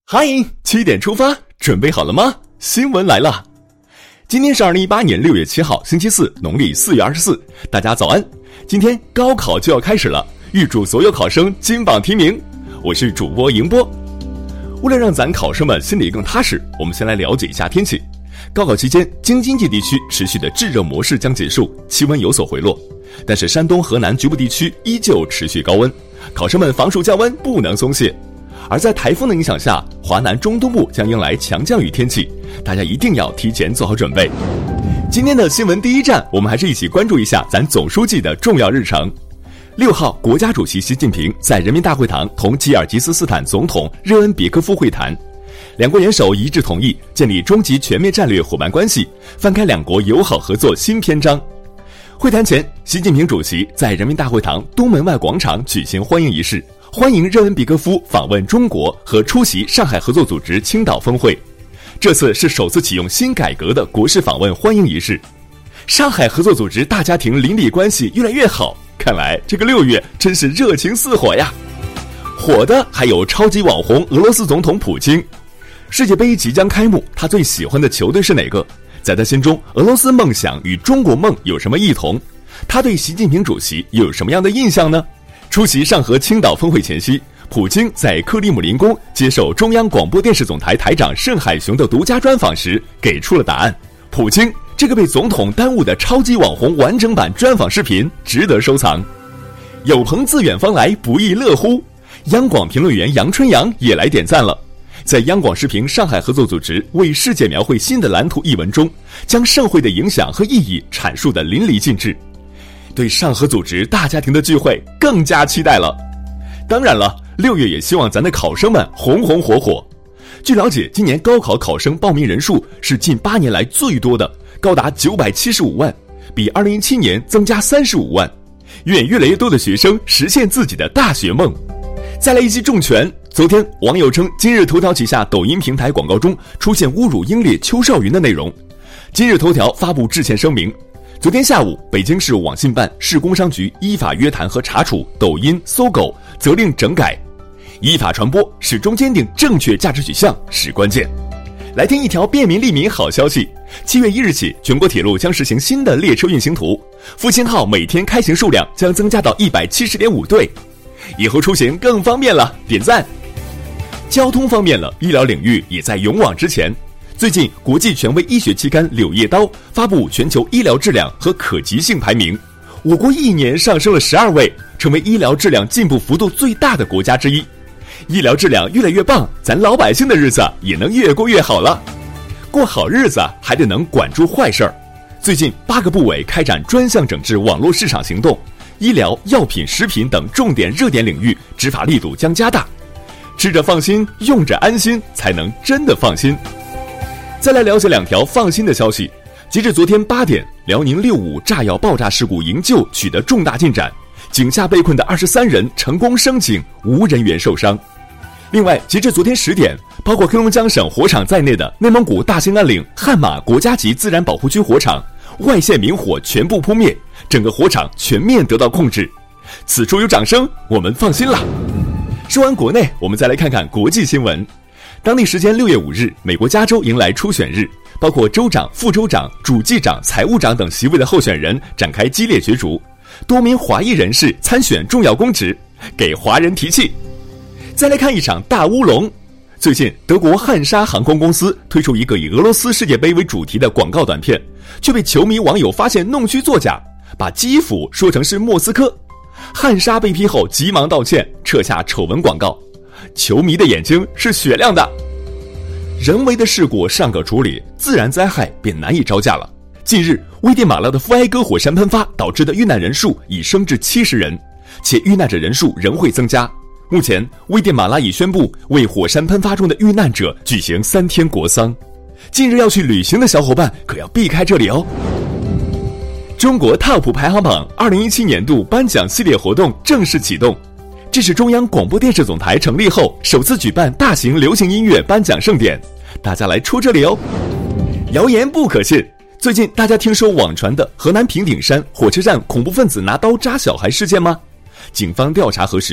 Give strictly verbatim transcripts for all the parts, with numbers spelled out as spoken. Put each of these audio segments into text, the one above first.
嗨，七点出发，准备好了吗？新闻来了。今天是二零一八年六月七号，星期四，农历四月二十四。大家早安！今天高考就要开始了，预祝所有考生金榜题名。我是主播迎波。为了让咱考生们心里更踏实，我们先来了解一下天气。高考期间，京津冀地区持续的炙热模式将结束，气温有所回落，但是山东、河南局部地区依旧持续高温，考生们防暑降温不能松懈。而在台风的影响下，华南中东部将迎来强降雨天气，大家一定要提前做好准备。今天的新闻第一站，我们还是一起关注一下咱总书记的重要日程。六号，国家主席习近平在人民大会堂同吉尔吉斯斯坦总统热恩别科夫会谈，两国元首一致同意建立中级全面战略伙伴关系，翻开两国友好合作新篇章。会谈前，习近平主席在人民大会堂东门外广场举行欢迎仪式，欢迎热恩别科夫访问中国和出席上海合作组织青岛峰会。这次是首次启用新改革的国事访问欢迎仪式。上海合作组织大家庭邻里关系越来越好，看来这个六月真是热情似火呀。火的还有超级网红俄罗斯总统普京。世界杯即将开幕，他最喜欢的球队是哪个？在他心中，俄罗斯梦想与中国梦有什么异同？他对习近平主席又有什么样的印象呢？出席上合青岛峰会前夕，普京在克里姆林宫接受中央广播电视总台台长盛海雄的独家专访时，给出了答案。普京这个被总统耽误的超级网红完整版专访视频值得收藏。有朋自远方来，不亦乐乎。央广评论员杨春阳也来点赞了。在央广视频上海合作组织为世界描绘新的蓝图一文中，将盛会的影响和意义阐述得淋漓尽致。对上合组织大家庭的聚会更加期待了。当然了，六月也希望咱的考生们红红火火。据了解，今年高考考生报名人数是近八年来最多的，高达九百七十五万，比二零一七年增加三十五万，愿越来越多的学生实现自己的大学梦。再来一记重拳。昨天，网友称今日头条旗下抖音平台广告中出现侮辱英烈邱少云的内容。今日头条发布致歉声明。昨天下午，北京市网信办、市工商局依法约谈和查处抖音、搜狗，责令整改。依法传播，始终坚定正确价值取向是关键。来听一条便民利民好消息：七月一日起，全国铁路将实行新的列车运行图，复兴号每天开行数量将增加到一百七十点五对，以后出行更方便了，点赞。交通方面了，医疗领域也在勇往直前。最近，国际权威医学期刊《柳叶刀》发布全球医疗质量和可及性排名，我国一年上升了十二位，成为医疗质量进步幅度最大的国家之一。医疗质量越来越棒，咱老百姓的日子也能越过越好了。过好日子还得能管住坏事儿。最近，八个部委开展专项整治网络市场行动，医疗、药品、食品等重点热点领域执法力度将加大。吃着放心，用着安心，才能真的放心。再来了解两条放心的消息。截至昨天八点，辽宁六五炸药爆炸事故营救取得重大进展，井下被困的二十三人成功升井，无人员受伤。另外，截至昨天十点，包括黑龙江省火场在内的内蒙古大兴安岭悍马国家级自然保护区火场外线明火全部扑灭，整个火场全面得到控制。此处有掌声，我们放心了。说完国内，我们再来看看国际新闻。当地时间六月五日，美国加州迎来初选日，包括州长、副州长、主计长、财务长等席位的候选人展开激烈角逐，多名华裔人士参选重要公职，给华人提气。再来看一场大乌龙。最近，德国汉莎航空公司推出一个以俄罗斯世界杯为主题的广告短片，却被球迷网友发现弄虚作假，把基辅说成是莫斯科。汉莎被批后急忙道歉，撤下丑闻广告。球迷的眼睛是雪亮的。人为的事故尚可处理，自然灾害便难以招架了。近日，危地马拉的富埃哥火山喷发导致的遇难人数已升至七十人，且遇难者人数仍会增加。目前，危地马拉已宣布为火山喷发中的遇难者举行三天国丧。近日要去旅行的小伙伴可要避开这里哦。中国 Top 排行榜二零一七年度颁奖系列活动正式启动，这是中央广播电视总台成立后首次举办大型流行音乐颁奖盛典，大家来戳这里哦。谣言不可信，最近大家听说网传的河南平顶山火车站恐怖分子拿刀扎小孩事件吗？警方调查核实，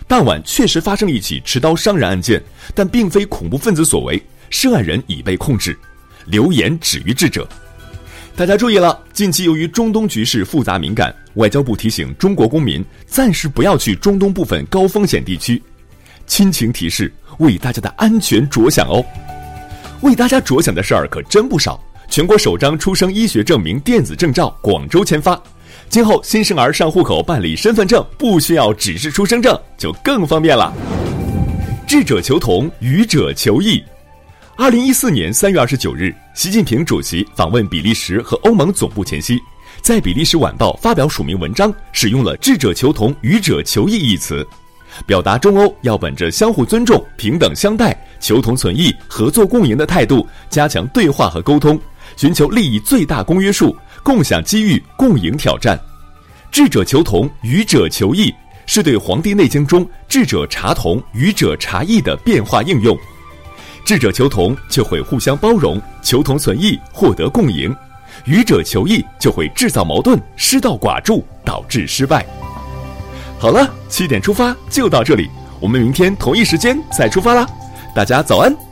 当晚确实发生了一起持刀伤人案件，但并非恐怖分子所为，涉案人已被控制。流言止于智者。大家注意了，近期由于中东局势复杂敏感，外交部提醒中国公民暂时不要去中东部分高风险地区。亲情提示，为大家的安全着想哦。为大家着想的事儿可真不少。全国首张出生医学证明电子证照广州签发，今后新生儿上户口办理身份证不需要只是出生证，就更方便了。智者求同，愚者求异。二零一四年三月二十九日，习近平主席访问比利时和欧盟总部前夕，在比利时晚报发表署名文章，使用了智者求同，愚者求异一词，表达中欧要本着相互尊重、平等相待、求同存异、合作共赢的态度，加强对话和沟通，寻求利益最大公约数，共享机遇，共赢挑战。智者求同，愚者求异，是对《黄帝内经》中智者察同，愚者察异的变化应用。智者求同就会互相包容，求同存异，获得共赢；愚者求异就会制造矛盾，失道寡助，导致失败。好了，七点出发就到这里，我们明天同一时间再出发啦！大家早安。